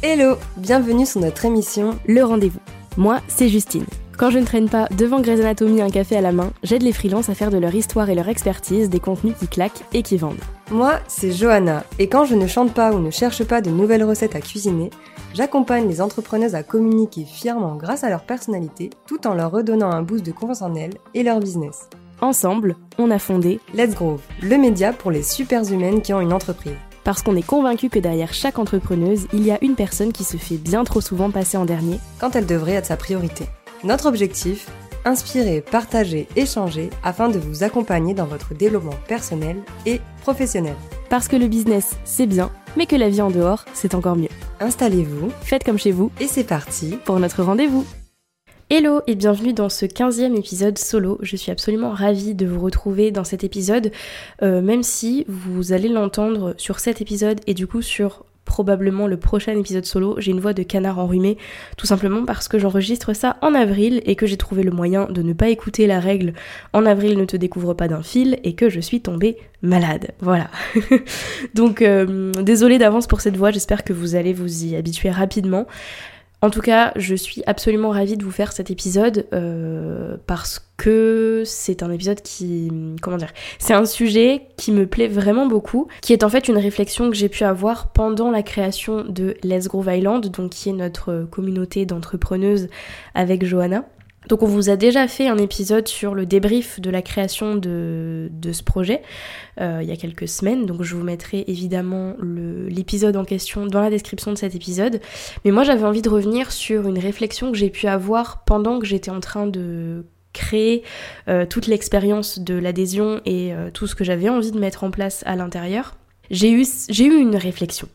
Hello, bienvenue sur notre émission Le Rendez-vous. Moi, c'est Justine. Quand je ne traîne pas devant Grey's Anatomy un café à la main, j'aide les freelances à faire de leur histoire et leur expertise des contenus qui claquent et qui vendent. Moi, c'est Johanna, et quand je ne chante pas ou ne cherche pas de nouvelles recettes à cuisiner, j'accompagne les entrepreneuses à communiquer fièrement grâce à leur personnalité, tout en leur redonnant un boost de confiance en elles et leur business. Ensemble, on a fondé Let's Grow, le média pour les superhumaines qui ont une entreprise. Parce qu'on est convaincu que derrière chaque entrepreneuse, il y a une personne qui se fait bien trop souvent passer en dernier, quand elle devrait être sa priorité. Notre objectif, inspirer, partager, échanger afin de vous accompagner dans votre développement personnel et professionnel. Parce que le business, c'est bien, mais que la vie en dehors, c'est encore mieux. Installez-vous, Faites comme chez vous, et c'est parti pour notre rendez-vous. Hello et bienvenue dans ce 15e épisode solo. Je suis absolument ravie de vous retrouver dans cet épisode, même si vous allez l'entendre sur cet épisode et du coup sur probablement le prochain épisode solo, j'ai une voix de canard enrhumé, tout simplement parce que j'enregistre ça en avril et que j'ai trouvé le moyen de ne pas écouter la règle « En avril ne te découvre pas d'un fil » et que je suis tombée malade. Voilà. Donc désolée d'avance pour cette voix, j'espère que vous allez vous y habituer rapidement. En tout cas, je suis absolument ravie de vous faire cet épisode parce que c'est un épisode qui... c'est un sujet qui me plaît vraiment beaucoup, qui est en fait une réflexion que j'ai pu avoir pendant la création de Let's Grow Island, donc qui est notre communauté d'entrepreneuses avec Johanna. Donc on vous a déjà fait un épisode sur le débrief de la création de ce projet il y a quelques semaines, donc je vous mettrai évidemment l'épisode en question dans la description de cet épisode. Mais moi j'avais envie de revenir sur une réflexion que j'ai pu avoir pendant que j'étais en train de créer toute l'expérience de l'adhésion et tout ce que j'avais envie de mettre en place à l'intérieur. J'ai eu une réflexion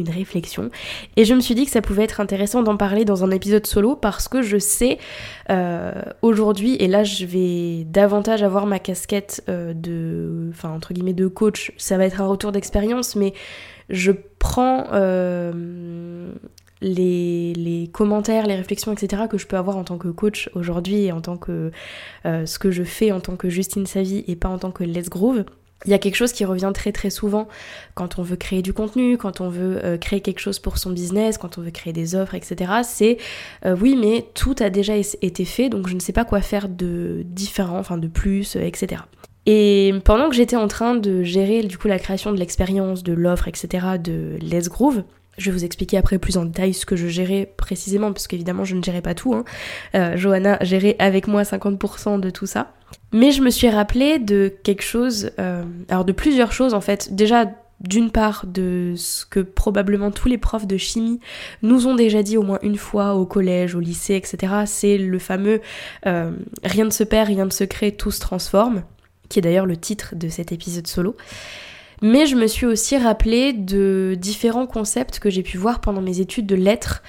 et je me suis dit que ça pouvait être intéressant d'en parler dans un épisode solo parce que je sais aujourd'hui, et là je vais davantage avoir ma casquette de coach, ça va être un retour d'expérience, mais je prends les commentaires, les réflexions, etc. que je peux avoir en tant que coach aujourd'hui et en tant que ce que je fais en tant que Justine Savy et pas en tant que Let's Groove. Il y a quelque chose qui revient très très souvent quand on veut créer du contenu, quand on veut créer quelque chose pour son business, quand on veut créer des offres, etc. C'est oui mais tout a déjà été fait, donc je ne sais pas quoi faire de différent, de plus, etc. Et pendant que j'étais en train de gérer du coup la création de l'expérience, de l'offre, etc. de Let's Groove, je vais vous expliquer après plus en détail ce que je gérais précisément, parce qu'évidemment je ne gérais pas tout, Johanna gérait avec moi 50% de tout ça. Mais je me suis rappelée de quelque chose, de plusieurs choses en fait. Déjà, d'une part, de ce que probablement tous les profs de chimie nous ont déjà dit au moins une fois au collège, au lycée, etc. C'est le fameux « rien ne se perd, rien ne se crée, tout se transforme », qui est d'ailleurs le titre de cet épisode solo. Mais je me suis aussi rappelée de différents concepts que j'ai pu voir pendant mes études de lettres.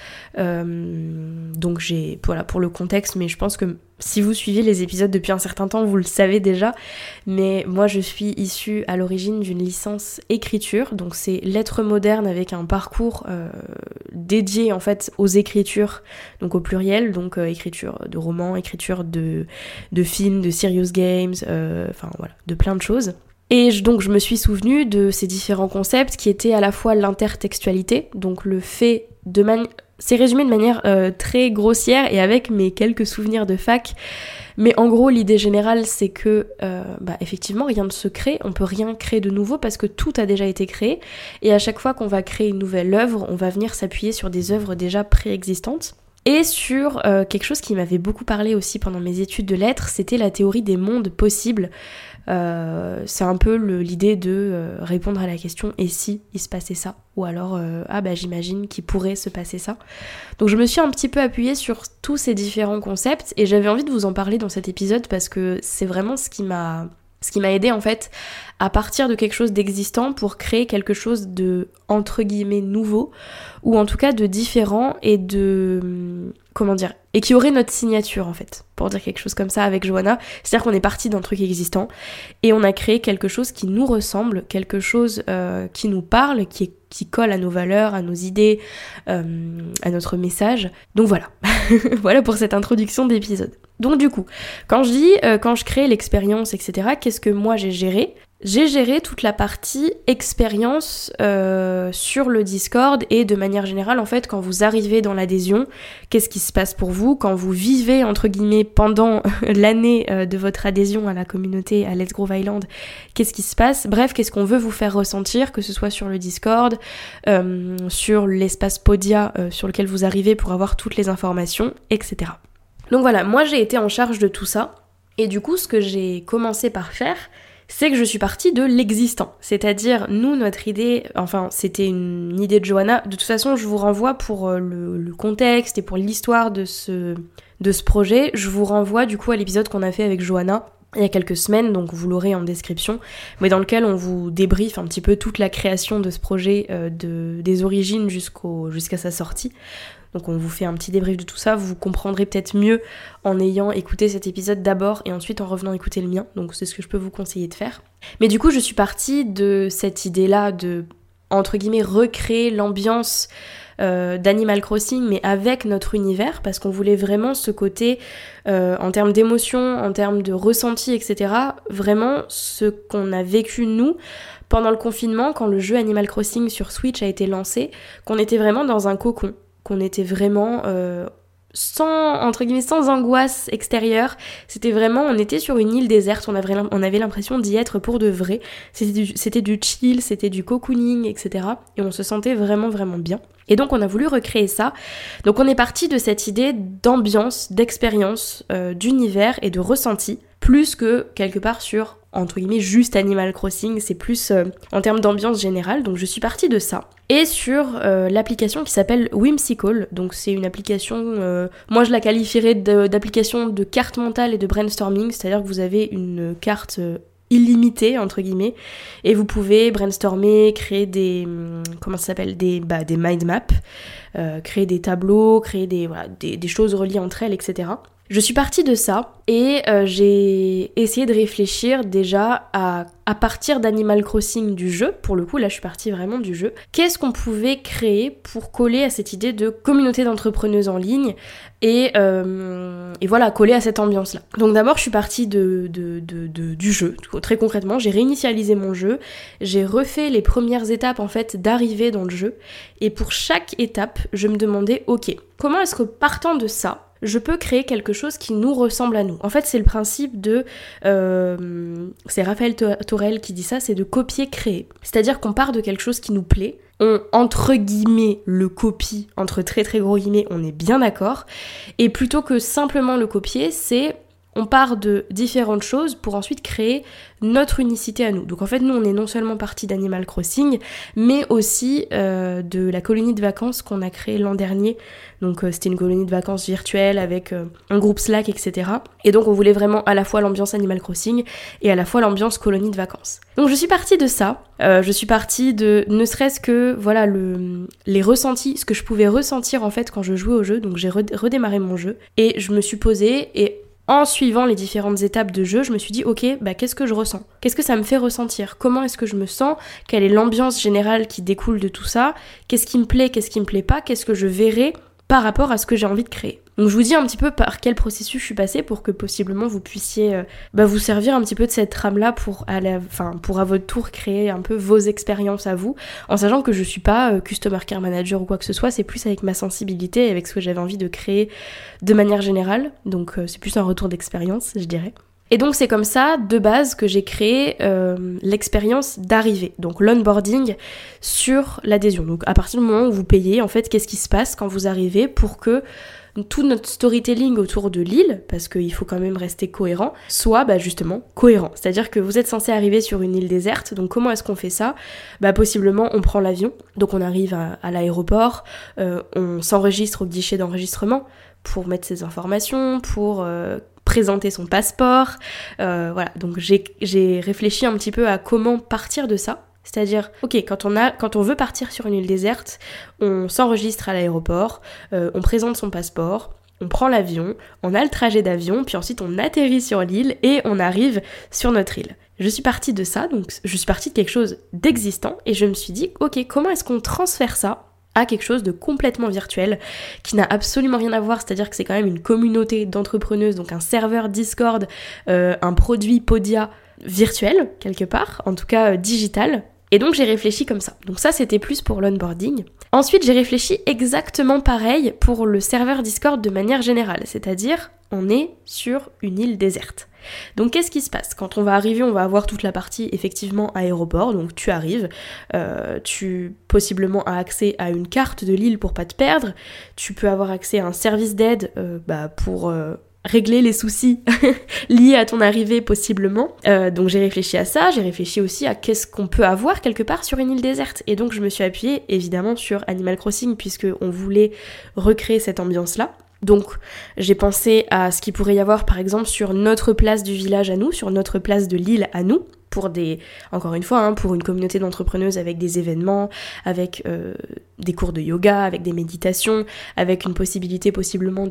Donc voilà pour le contexte, mais je pense que si vous suivez les épisodes depuis un certain temps, vous le savez déjà. Mais moi, je suis issue à l'origine d'une licence écriture, donc c'est lettres modernes avec un parcours dédié en fait aux écritures, donc au pluriel, donc écriture de romans, écriture de films, de serious games, de plein de choses. Et donc je me suis souvenue de ces différents concepts qui étaient à la fois l'intertextualité, donc le fait de c'est résumé de manière très grossière et avec mes quelques souvenirs de fac, mais en gros l'idée générale c'est que effectivement rien ne se crée, on peut rien créer de nouveau parce que tout a déjà été créé, et à chaque fois qu'on va créer une nouvelle œuvre, on va venir s'appuyer sur des œuvres déjà préexistantes. Et sur quelque chose qui m'avait beaucoup parlé aussi pendant mes études de lettres, c'était la théorie des mondes possibles. C'est un peu l'idée de répondre à la question « et si il se passait ça ?» ou alors « j'imagine qu'il pourrait se passer ça ?» Donc je me suis un petit peu appuyée sur tous ces différents concepts et j'avais envie de vous en parler dans cet épisode parce que c'est vraiment ce qui m'a aidé en fait à partir de quelque chose d'existant pour créer quelque chose de entre guillemets nouveau, ou en tout cas de différent et et qui aurait notre signature en fait, pour dire quelque chose comme ça avec Johanna. C'est-à-dire qu'on est parti d'un truc existant et on a créé quelque chose qui nous ressemble, quelque chose qui nous parle, qui colle à nos valeurs, à nos idées, à notre message. Donc voilà, voilà pour cette introduction d'épisode. Donc du coup, quand je crée l'expérience, etc., qu'est-ce que moi j'ai géré ? j'ai géré toute la partie expérience sur le Discord et de manière générale, en fait, quand vous arrivez dans l'adhésion, qu'est-ce qui se passe pour vous, quand vous vivez, entre guillemets, pendant l'année de votre adhésion à la communauté, à Let's Groove Island, qu'est-ce qui se passe, bref, qu'est-ce qu'on veut vous faire ressentir, que ce soit sur le Discord, sur l'espace Podia sur lequel vous arrivez pour avoir toutes les informations, etc. Donc voilà, moi j'ai été en charge de tout ça, et du coup, ce que j'ai commencé par faire, c'est que je suis partie de l'existant. C'est-à-dire, nous, notre idée, enfin, c'était une idée de Johanna. De toute façon, je vous renvoie pour le contexte et pour l'histoire de ce projet, je vous renvoie du coup à l'épisode qu'on a fait avec Johanna il y a quelques semaines, donc vous l'aurez en description, mais dans lequel on vous débriefe un petit peu toute la création de ce projet, des origines jusqu'à sa sortie. Donc on vous fait un petit débrief de tout ça, vous comprendrez peut-être mieux en ayant écouté cet épisode d'abord et ensuite en revenant écouter le mien, donc c'est ce que je peux vous conseiller de faire. Mais du coup je suis partie de cette idée-là de, entre guillemets, recréer l'ambiance d'Animal Crossing, mais avec notre univers, parce qu'on voulait vraiment ce côté, en termes d'émotion, en termes de ressenti, etc., vraiment ce qu'on a vécu nous, pendant le confinement, quand le jeu Animal Crossing sur Switch a été lancé, qu'on était vraiment dans un cocon, qu'on était vraiment sans angoisse extérieure. C'était vraiment, on était sur une île déserte, on avait l'impression d'y être pour de vrai. C'était du chill, c'était du cocooning, etc. Et on se sentait vraiment, vraiment bien. Et donc on a voulu recréer ça. Donc on est parti de cette idée d'ambiance, d'expérience, d'univers et de ressenti, plus que quelque part sur, entre guillemets, juste Animal Crossing, c'est plus en termes d'ambiance générale, donc je suis partie de ça. Et sur l'application qui s'appelle Whimsical, donc c'est une application, moi je la qualifierais d'application de carte mentale et de brainstorming, c'est-à-dire que vous avez une carte illimitée, entre guillemets, et vous pouvez brainstormer, créer des mind maps, créer des tableaux, créer des choses reliées entre elles, etc. Je suis partie de ça et j'ai essayé de réfléchir déjà à partir d'Animal Crossing du jeu, pour le coup là je suis partie vraiment du jeu, qu'est-ce qu'on pouvait créer pour coller à cette idée de communauté d'entrepreneuses en ligne et voilà, coller à cette ambiance-là. Donc d'abord je suis partie du jeu, très concrètement, j'ai réinitialisé mon jeu, j'ai refait les premières étapes en fait d'arrivée dans le jeu, et pour chaque étape je me demandais, ok, comment est-ce que partant de ça, je peux créer quelque chose qui nous ressemble à nous. En fait, c'est le principe de... c'est Raphaël Torel qui dit ça, c'est de copier-créer. C'est-à-dire qu'on part de quelque chose qui nous plaît, on, entre guillemets, le copie, entre très très gros guillemets, on est bien d'accord, et plutôt que simplement le copier, c'est... on part de différentes choses pour ensuite créer notre unicité à nous. Donc en fait, nous, on est non seulement parti d'Animal Crossing, mais aussi de la colonie de vacances qu'on a créée l'an dernier. Donc c'était une colonie de vacances virtuelle avec un groupe Slack, etc. Et donc on voulait vraiment à la fois l'ambiance Animal Crossing et à la fois l'ambiance colonie de vacances. Donc je suis partie de ça. Je suis partie de ne serait-ce que voilà les ressentis, ce que je pouvais ressentir en fait quand je jouais au jeu. Donc j'ai redémarré mon jeu et je me suis posée et en suivant les différentes étapes de jeu, je me suis dit, ok, qu'est-ce que je ressens ? Qu'est-ce que ça me fait ressentir ? Comment est-ce que je me sens ? Quelle est l'ambiance générale qui découle de tout ça ? Qu'est-ce qui me plaît ? Qu'est-ce qui me plaît pas ? Qu'est-ce que je verrai par rapport à ce que j'ai envie de créer ? Donc je vous dis un petit peu par quel processus je suis passée pour que possiblement vous puissiez vous servir un petit peu de cette trame-là pour à votre tour créer un peu vos expériences à vous, en sachant que je suis pas Customer Care Manager ou quoi que ce soit, c'est plus avec ma sensibilité et avec ce que j'avais envie de créer de manière générale, donc c'est plus un retour d'expérience, je dirais. Et donc c'est comme ça, de base, que j'ai créé l'expérience d'arrivée, donc l'onboarding sur l'adhésion. Donc à partir du moment où vous payez, en fait, qu'est-ce qui se passe quand vous arrivez pour que tout notre storytelling autour de l'île, parce qu'il faut quand même rester cohérent, soit justement cohérent. C'est-à-dire que vous êtes censé arriver sur une île déserte, donc comment est-ce qu'on fait ça ? Possiblement on prend l'avion, donc on arrive à l'aéroport, on s'enregistre au guichet d'enregistrement pour mettre ses informations, pour présenter son passeport, voilà. Donc j'ai réfléchi un petit peu à comment partir de ça. C'est-à-dire, ok, quand on veut partir sur une île déserte, on s'enregistre à l'aéroport, on présente son passeport, on prend l'avion, on a le trajet d'avion, puis ensuite on atterrit sur l'île et on arrive sur notre île. Je suis partie de ça, donc je suis partie de quelque chose d'existant et je me suis dit, ok, comment est-ce qu'on transfère ça à quelque chose de complètement virtuel, qui n'a absolument rien à voir, c'est-à-dire que c'est quand même une communauté d'entrepreneuses, donc un serveur Discord, un produit Podia, virtuelle, quelque part, en tout cas digitale. Et donc j'ai réfléchi comme ça. Donc ça c'était plus pour l'onboarding. Ensuite j'ai réfléchi exactement pareil pour le serveur Discord de manière générale, c'est-à-dire on est sur une île déserte. Donc qu'est-ce qui se passe ? Quand on va arriver, on va avoir toute la partie effectivement aéroport, donc tu arrives, tu possiblement as accès à une carte de l'île pour pas te perdre, tu peux avoir accès à un service d'aide pour régler les soucis liés à ton arrivée possiblement. Donc j'ai réfléchi à ça, j'ai réfléchi aussi à qu'est-ce qu'on peut avoir quelque part sur une île déserte. Et donc je me suis appuyée évidemment sur Animal Crossing puisqu'on voulait recréer cette ambiance-là. Donc j'ai pensé à ce qu'il pourrait y avoir par exemple sur notre place du village à nous, sur notre place de l'île à nous, pour encore une fois, pour une communauté d'entrepreneuses avec des événements, avec des cours de yoga, avec des méditations, avec une possibilité possiblement,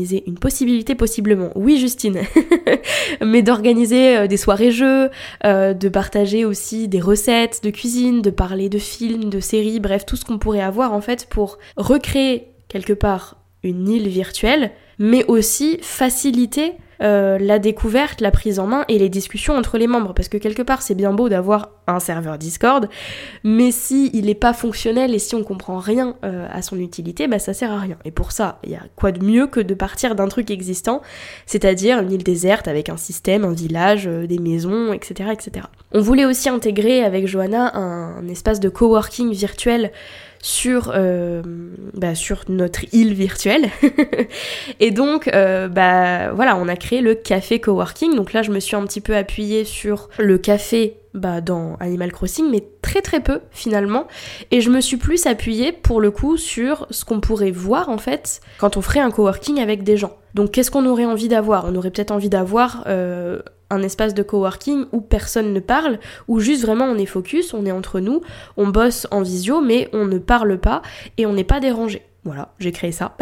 oui Justine, mais d'organiser des soirées-jeux, de partager aussi des recettes de cuisine, de parler de films, de séries, bref, tout ce qu'on pourrait avoir en fait pour recréer quelque part une île virtuelle, mais aussi faciliter la découverte, la prise en main et les discussions entre les membres, parce que quelque part c'est bien beau d'avoir un serveur Discord, mais si il est pas fonctionnel et si on comprend rien à son utilité, ça sert à rien. Et pour ça, il y a quoi de mieux que de partir d'un truc existant, c'est-à-dire une île déserte avec un système, un village, des maisons, etc., etc. On voulait aussi intégrer avec Johanna un espace de coworking virtuel sur notre île virtuelle. Et donc, voilà, on a créé le café coworking. Donc là, je me suis un petit peu appuyée sur le café dans Animal Crossing, mais très très peu finalement. Et je me suis plus appuyée pour le coup sur ce qu'on pourrait voir en fait quand on ferait un coworking avec des gens. Donc qu'est-ce qu'on aurait envie d'avoir ? On aurait peut-être envie d'avoir un espace de coworking où personne ne parle, où juste vraiment on est focus, on est entre nous, on bosse en visio, mais on ne parle pas et on n'est pas dérangé. Voilà, j'ai créé ça.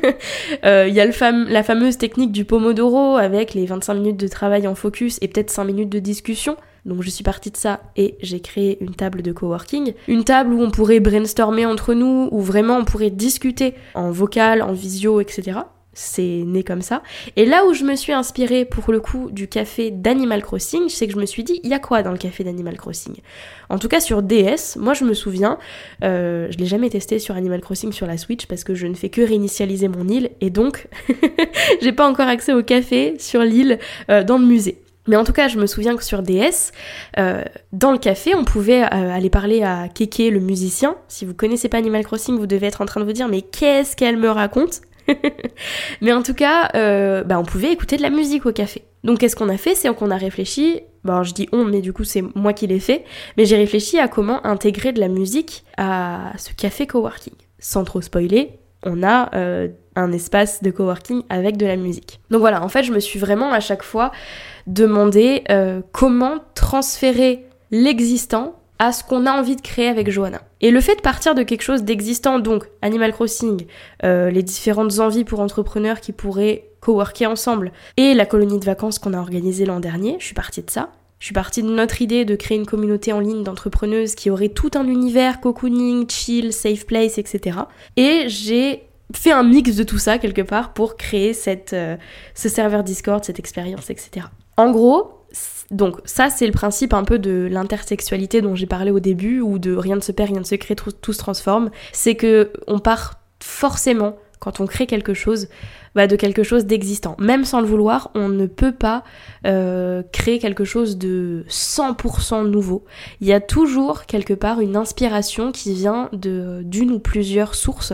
Il y a la fameuse technique du Pomodoro avec les 25 minutes de travail en focus et peut-être 5 minutes de discussion. Donc je suis partie de ça et j'ai créé une table de coworking. Une table où on pourrait brainstormer entre nous, où vraiment on pourrait discuter en vocal, en visio, etc. C'est né comme ça. Et là où je me suis inspirée pour le coup du café d'Animal Crossing, c'est que je me suis dit, il y a quoi dans le café d'Animal Crossing ? En tout cas sur DS, moi je me souviens, je l'ai jamais testé sur Animal Crossing sur la Switch parce que je ne fais que réinitialiser mon île et donc j'ai pas encore accès au café sur l'île dans le musée. Mais en tout cas, je me souviens que sur DS, dans le café, on pouvait aller parler à Kéké, le musicien. Si vous connaissez pas Animal Crossing, vous devez être en train de vous dire « Mais qu'est-ce qu'elle me raconte ?» Mais en tout cas, on pouvait écouter de la musique au café. Donc qu'est-ce qu'on a fait ? C'est qu'on a réfléchi, je dis on, mais du coup c'est moi qui l'ai fait, mais j'ai réfléchi à comment intégrer de la musique à ce café coworking. Sans trop spoiler, on a un espace de coworking avec de la musique. Donc voilà, en fait je me suis vraiment à chaque fois demandé comment transférer l'existant à ce qu'on a envie de créer avec Johanna. Et le fait de partir de quelque chose d'existant, donc Animal Crossing, les différentes envies pour entrepreneurs qui pourraient coworker ensemble, et la colonie de vacances qu'on a organisée l'an dernier, je suis partie de ça. Je suis partie de notre idée de créer une communauté en ligne d'entrepreneuses qui aurait tout un univers, cocooning, chill, safe place, etc. Et j'ai fait un mix de tout ça quelque part pour créer ce serveur Discord, cette expérience, etc. En gros, donc ça c'est le principe un peu de l'intersexualité dont j'ai parlé au début, ou de rien ne se perd, rien ne se crée, tout se transforme. C'est que on part forcément, quand on crée quelque chose, de quelque chose d'existant. Même sans le vouloir, on ne peut pas créer quelque chose de 100% nouveau. Il y a toujours quelque part une inspiration qui vient d'une ou plusieurs sources.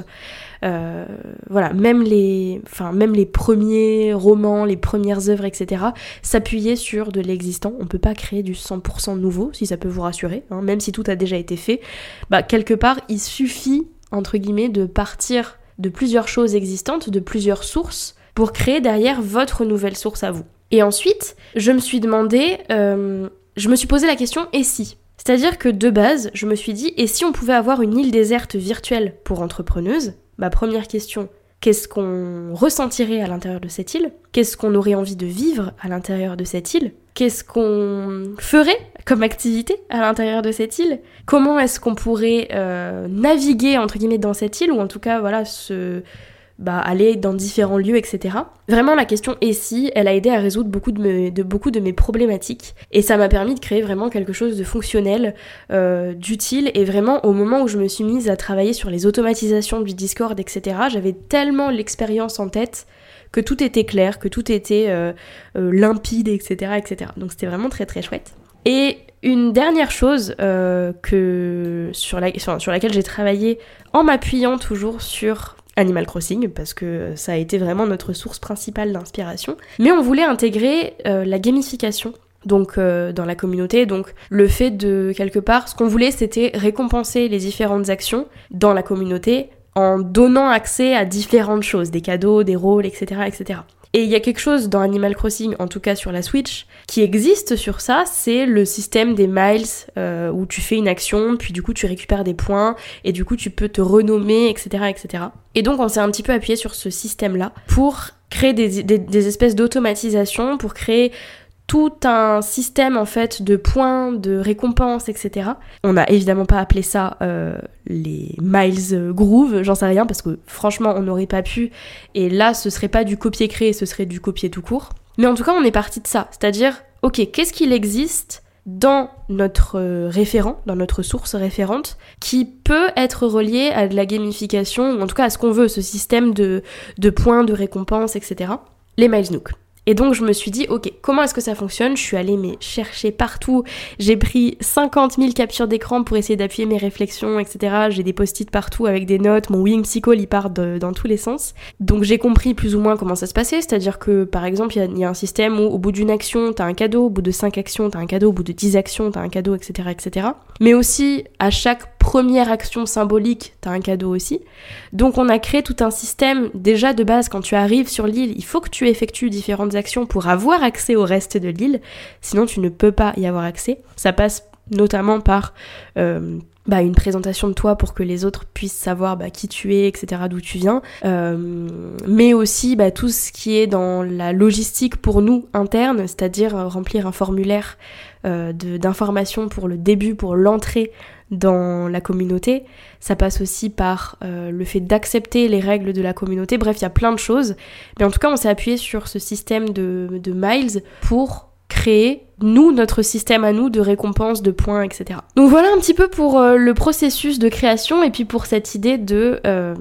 Voilà, même les premiers romans, les premières œuvres, etc., s'appuyer sur de l'existant. On peut pas créer du 100% nouveau, si ça peut vous rassurer, même si tout a déjà été fait. Quelque part, il suffit, entre guillemets, de partir de plusieurs choses existantes, de plusieurs sources, pour créer derrière votre nouvelle source à vous. Et ensuite, je me suis posé la question, et si ? C'est-à-dire que de base, je me suis dit, et si on pouvait avoir une île déserte virtuelle pour entrepreneuses ? Ma première question, qu'est-ce qu'on ressentirait à l'intérieur de cette île ? Qu'est-ce qu'on aurait envie de vivre à l'intérieur de cette île ? Qu'est-ce qu'on ferait comme activité à l'intérieur de cette île ? Comment est-ce qu'on pourrait naviguer, entre guillemets, dans cette île ? Ou en tout cas, voilà, aller dans différents lieux, etc. Vraiment, la question et si, elle a aidé à résoudre beaucoup de mes problématiques. Et ça m'a permis de créer vraiment quelque chose de fonctionnel, d'utile. Et vraiment, au moment où je me suis mise à travailler sur les automatisations du Discord, etc., j'avais tellement l'expérience en tête que tout était clair, que tout était limpide, etc., etc. Donc c'était vraiment très très chouette. Et une dernière chose sur laquelle j'ai travaillé en m'appuyant toujours sur Animal Crossing, parce que ça a été vraiment notre source principale d'inspiration, mais on voulait intégrer la gamification donc dans la communauté, donc le fait de, quelque part, ce qu'on voulait c'était récompenser les différentes actions dans la communauté en donnant accès à différentes choses, des cadeaux, des rôles, etc., etc. Et il y a quelque chose dans Animal Crossing, en tout cas sur la Switch, qui existe sur ça, c'est le système des miles, où tu fais une action, puis du coup tu récupères des points, et du coup tu peux te renommer, etc., etc. Et donc on s'est un petit peu appuyé sur ce système-là pour créer des espèces d'automatisation, pour créer tout un système en fait de points, de récompenses, etc. On n'a évidemment pas appelé ça les Miles Groove, j'en sais rien, parce que franchement on n'aurait pas pu, et là ce serait pas du copier-créer, ce serait du copier tout court. Mais en tout cas on est parti de ça, c'est-à-dire, ok, qu'est-ce qu'il existe dans notre référent, dans notre source référente, qui peut être relié à de la gamification, ou en tout cas à ce qu'on veut, ce système de points, de récompenses, etc. Les Miles Nook. Et donc je me suis dit, ok, comment est-ce que ça fonctionne ? Je suis allée chercher partout, j'ai pris 50 000 captures d'écran pour essayer d'appuyer mes réflexions, etc. J'ai des post-it partout avec des notes, mon wing psycho il part dans tous les sens. Donc j'ai compris plus ou moins comment ça se passait, c'est-à-dire que par exemple il y a un système où au bout d'une action t'as un cadeau, au bout de 5 actions t'as un cadeau, au bout de 10 actions t'as un cadeau, etc., etc. Mais aussi à chaque première action symbolique, t'as un cadeau aussi. Donc on a créé tout un système, déjà de base, quand tu arrives sur l'île, il faut que tu effectues différentes actions pour avoir accès au reste de l'île, sinon tu ne peux pas y avoir accès. Ça passe notamment par une présentation de toi pour que les autres puissent savoir qui tu es, etc., d'où tu viens, mais aussi tout ce qui est dans la logistique pour nous interne, c'est-à-dire remplir un formulaire d'information pour le début, pour l'entrée dans la communauté. Ça passe aussi par le fait d'accepter les règles de la communauté. Bref, il y a plein de choses. Mais en tout cas, on s'est appuyé sur ce système de miles pour créer, nous, notre système à nous de récompenses, de points, etc. Donc voilà un petit peu pour le processus de création et puis pour cette idée de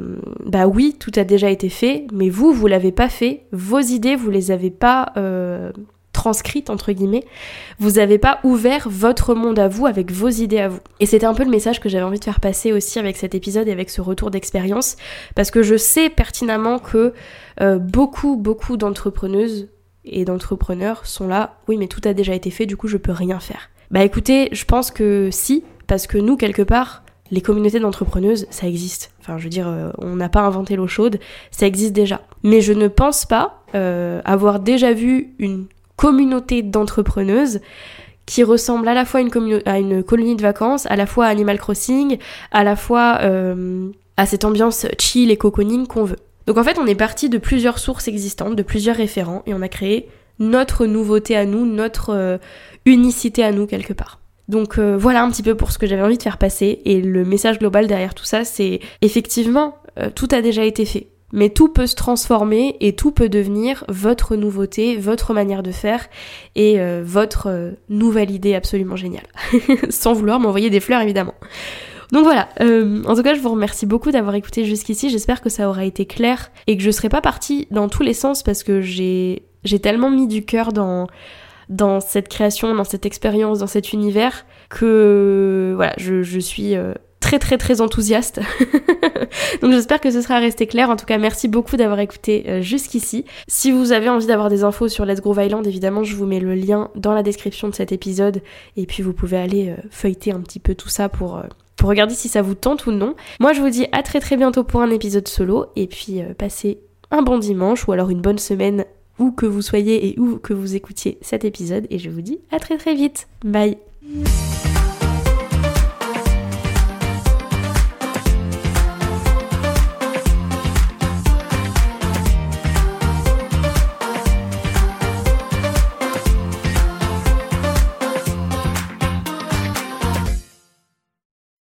oui, tout a déjà été fait, mais vous l'avez pas fait. Vos idées, vous les avez pas transcrite entre guillemets, vous avez pas ouvert votre monde à vous avec vos idées à vous. Et c'était un peu le message que j'avais envie de faire passer aussi avec cet épisode et avec ce retour d'expérience, parce que je sais pertinemment que beaucoup d'entrepreneuses et d'entrepreneurs sont là, oui mais tout a déjà été fait, du coup je peux rien faire. Écoutez, je pense que si, parce que nous quelque part, les communautés d'entrepreneuses, ça existe. Enfin, je veux dire, on n'a pas inventé l'eau chaude, ça existe déjà. Mais je ne pense pas avoir déjà vu une communauté d'entrepreneuses qui ressemble à la fois à une colonie de vacances, à la fois à Animal Crossing, à la fois à cette ambiance chill et cocooning qu'on veut. Donc en fait, on est parti de plusieurs sources existantes, de plusieurs référents, et on a créé notre nouveauté à nous, notre unicité à nous quelque part. Donc voilà un petit peu pour ce que j'avais envie de faire passer, et le message global derrière tout ça, c'est effectivement, tout a déjà été fait. Mais tout peut se transformer et tout peut devenir votre nouveauté, votre manière de faire et votre nouvelle idée absolument géniale. Sans vouloir m'envoyer des fleurs évidemment. Donc voilà, en tout cas je vous remercie beaucoup d'avoir écouté jusqu'ici, j'espère que ça aura été clair et que je serai pas partie dans tous les sens parce que j'ai tellement mis du cœur dans cette création, dans cette expérience, dans cet univers que voilà, je suis très très très enthousiaste. Donc j'espère que ce sera resté clair. En tout cas, merci beaucoup d'avoir écouté jusqu'ici. Si vous avez envie d'avoir des infos sur Let's Groove Island, évidemment, je vous mets le lien dans la description de cet épisode. Et puis vous pouvez aller feuilleter un petit peu tout ça pour regarder si ça vous tente ou non. Moi, je vous dis à très très bientôt pour un épisode solo. Et puis passez un bon dimanche ou alors une bonne semaine où que vous soyez et où que vous écoutiez cet épisode. Et je vous dis à très très vite. Bye.